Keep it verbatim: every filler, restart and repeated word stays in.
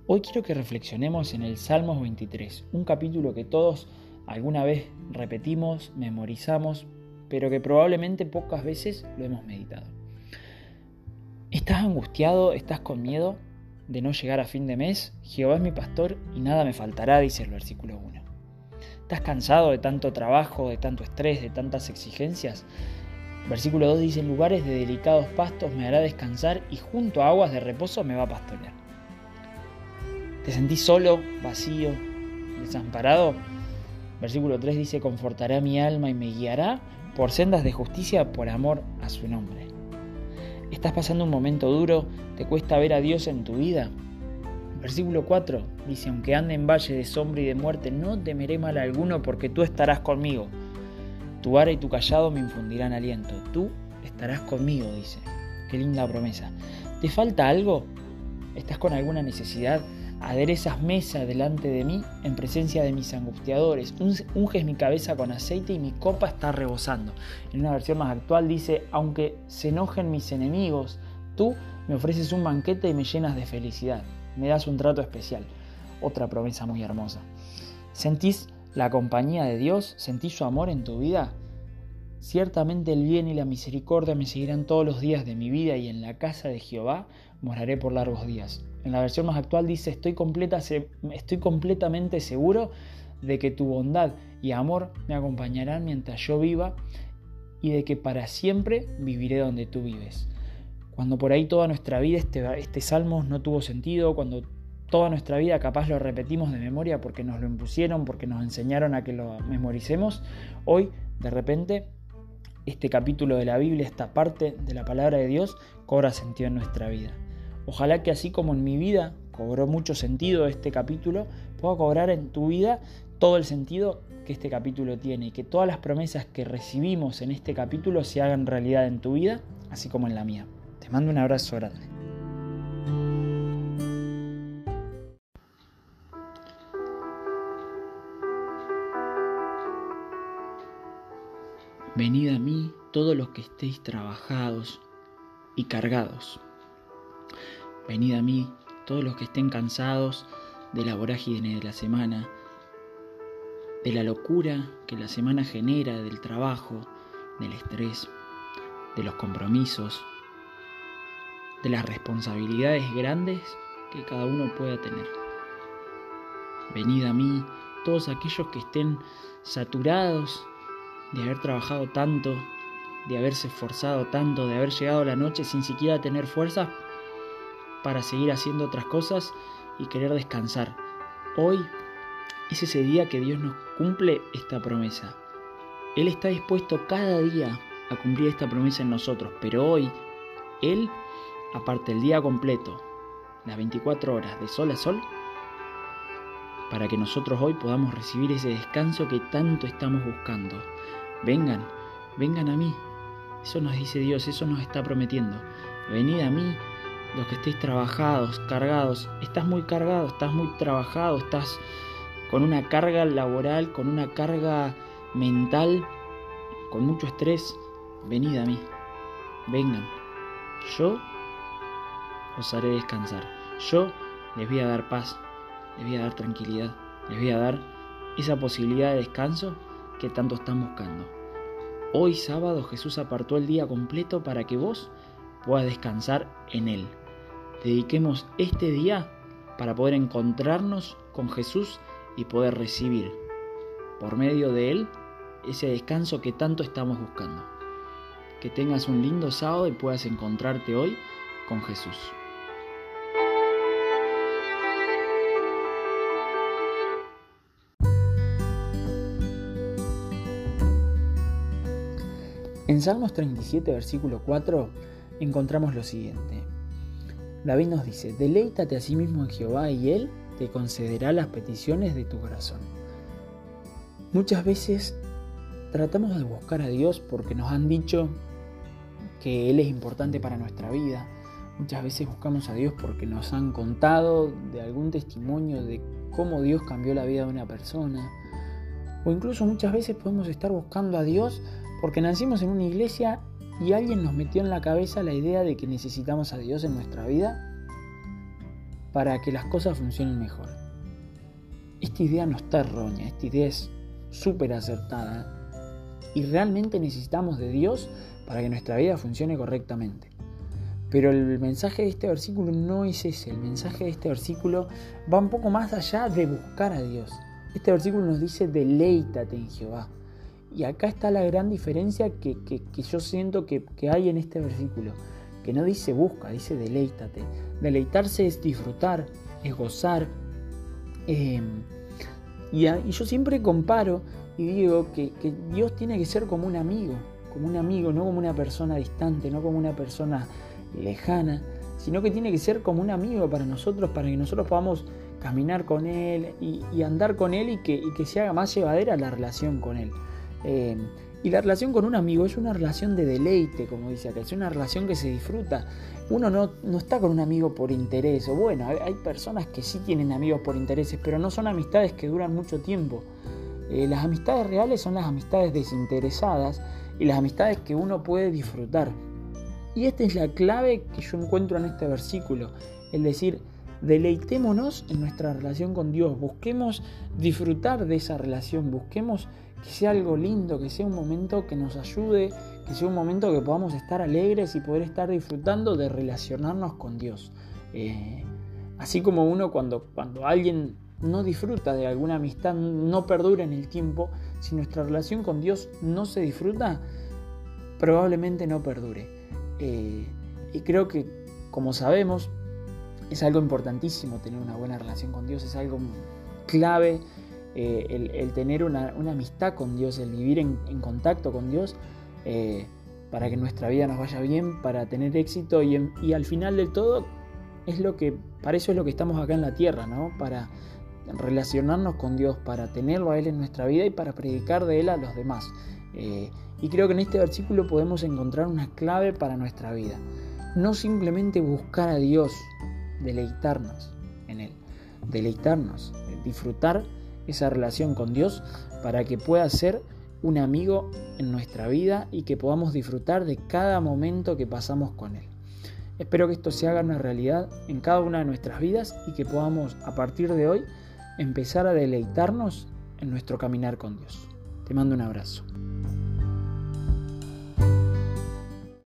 Hoy quiero que reflexionemos en el Salmos veintitrés, un capítulo que todos alguna vez repetimos, memorizamos, pero que probablemente pocas veces lo hemos meditado. ¿Estás angustiado? ¿Estás con miedo de no llegar a fin de mes? Jehová es mi pastor y nada me faltará, dice el versículo uno. ¿Estás cansado de tanto trabajo, de tanto estrés, de tantas exigencias? Versículo dos dice: en lugares de delicados pastos me hará descansar y junto a aguas de reposo me va a pastorear. ¿Te sentís solo, vacío, desamparado? Versículo tres dice: confortará mi alma y me guiará por sendas de justicia por amor a su nombre. ¿Estás pasando un momento duro? ¿Te cuesta ver a Dios en tu vida? Versículo cuatro dice: aunque ande en valle de sombra y de muerte, no temeré mal alguno, porque tú estarás conmigo. Tu vara y tu cayado me infundirán aliento. Tú estarás conmigo, dice. Qué linda promesa. ¿Te falta algo? ¿Estás con alguna necesidad? Aderezas mesa delante de mí en presencia de mis angustiadores. Unges mi cabeza con aceite y mi copa está rebosando. En una versión más actual dice: aunque se enojen mis enemigos, tú me ofreces un banquete y me llenas de felicidad. Me das un trato especial. Otra promesa muy hermosa. ¿Sentís la compañía de Dios? ¿Sentís su amor en tu vida? Ciertamente el bien y la misericordia me seguirán todos los días de mi vida, y en la casa de Jehová moraré por largos días. En la versión más actual dice: estoy, completa, estoy completamente seguro de que tu bondad y amor me acompañarán mientras yo viva, y de que para siempre viviré donde tú vives. Cuando por ahí toda nuestra vida este, este salmo no tuvo sentido, cuando toda nuestra vida capaz lo repetimos de memoria porque nos lo impusieron, porque nos enseñaron a que lo memoricemos, hoy de repente este capítulo de la Biblia, esta parte de la palabra de Dios, cobra sentido en nuestra vida. Ojalá que así como en mi vida cobró mucho sentido este capítulo, pueda cobrar en tu vida todo el sentido que este capítulo tiene, y que todas las promesas que recibimos en este capítulo se hagan realidad en tu vida, así como en la mía. Te mando un abrazo grande. Venid a mí todos los que estéis trabajados y cargados. Venid a mí todos los que estén cansados de la vorágine de la semana, de la locura que la semana genera, del trabajo, del estrés, de los compromisos, de las responsabilidades grandes que cada uno pueda tener. Venid a mí todos aquellos que estén saturados de haber trabajado tanto, de haberse esforzado tanto, de haber llegado a la noche sin siquiera tener fuerzas para seguir haciendo otras cosas y querer descansar. Hoy es ese día que Dios nos cumple esta promesa. Él está dispuesto cada día a cumplir esta promesa en nosotros, pero hoy Él aparte el día completo, las veinticuatro horas de sol a sol, para que nosotros hoy podamos recibir ese descanso que tanto estamos buscando. Vengan, vengan a mí. Eso nos dice Dios, eso nos está prometiendo. Venid a mí, los que estéis trabajados, cargados. Estás muy cargado, estás muy trabajado, estás con una carga laboral, con una carga mental, con mucho estrés. Venid a mí, vengan. Yo os haré descansar. Yo les voy a dar paz, les voy a dar tranquilidad, les voy a dar esa posibilidad de descanso que tanto están buscando. Hoy sábado Jesús apartó el día completo para que vos puedas descansar en Él. Dediquemos este día para poder encontrarnos con Jesús y poder recibir por medio de Él ese descanso que tanto estamos buscando. Que tengas un lindo sábado y puedas encontrarte hoy con Jesús. En Salmos treinta y siete, versículo cuatro, encontramos lo siguiente. David nos dice: deleítate a sí mismo en Jehová y Él te concederá las peticiones de tu corazón. Muchas veces tratamos de buscar a Dios porque nos han dicho que Él es importante para nuestra vida. Muchas veces buscamos a Dios porque nos han contado de algún testimonio de cómo Dios cambió la vida de una persona. O incluso muchas veces podemos estar buscando a Dios porque nacimos en una iglesia y alguien nos metió en la cabeza la idea de que necesitamos a Dios en nuestra vida para que las cosas funcionen mejor. Esta idea no está errónea, esta idea es súper acertada y realmente necesitamos de Dios para que nuestra vida funcione correctamente. Pero el mensaje de este versículo no es ese. El mensaje de este versículo va un poco más allá de buscar a Dios. Este versículo nos dice: deleítate en Jehová. Y acá está la gran diferencia que, que, que yo siento que, que hay en este versículo. Que no dice busca, dice deleítate. Deleitarse es disfrutar, es gozar. Eh, y, a, y yo siempre comparo y digo que, que Dios tiene que ser como un amigo. Como un amigo, no como una persona distante, no como una persona lejana, sino que tiene que ser como un amigo para nosotros, para que nosotros podamos caminar con Él y, y andar con Él y que, y que se haga más llevadera la relación con Él. Eh, y la relación con un amigo es una relación de deleite, como dice acá, es una relación que se disfruta. Uno no, no está con un amigo por interés, o bueno, hay, hay personas que sí tienen amigos por intereses, pero no son amistades que duran mucho tiempo. Eh, las amistades reales son las amistades desinteresadas y las amistades que uno puede disfrutar. Y esta es la clave que yo encuentro en este versículo, el decir, deleitémonos en nuestra relación con Dios, busquemos disfrutar de esa relación, busquemos que sea algo lindo, que sea un momento que nos ayude, que sea un momento que podamos estar alegres y poder estar disfrutando de relacionarnos con Dios. Eh, así como uno cuando, cuando alguien no disfruta de alguna amistad, no perdura en el tiempo, si nuestra relación con Dios no se disfruta, probablemente no perdure. Eh, y creo que, como sabemos, es algo importantísimo tener una buena relación con Dios, es algo clave eh, el, el tener una, una amistad con Dios, el vivir en, en contacto con Dios eh, para que nuestra vida nos vaya bien, para tener éxito y, en, y al final del todo es lo que, para eso es lo que estamos acá en la tierra, ¿no? Para relacionarnos con Dios, para tenerlo a Él en nuestra vida y para predicar de Él a los demás. Eh, y creo que en este versículo podemos encontrar una clave para nuestra vida. No simplemente buscar a Dios, deleitarnos en Él, deleitarnos, disfrutar esa relación con Dios para que pueda ser un amigo en nuestra vida y que podamos disfrutar de cada momento que pasamos con Él. Espero que esto se haga una realidad en cada una de nuestras vidas y que podamos a partir de hoy empezar a deleitarnos en nuestro caminar con Dios. Te mando un abrazo.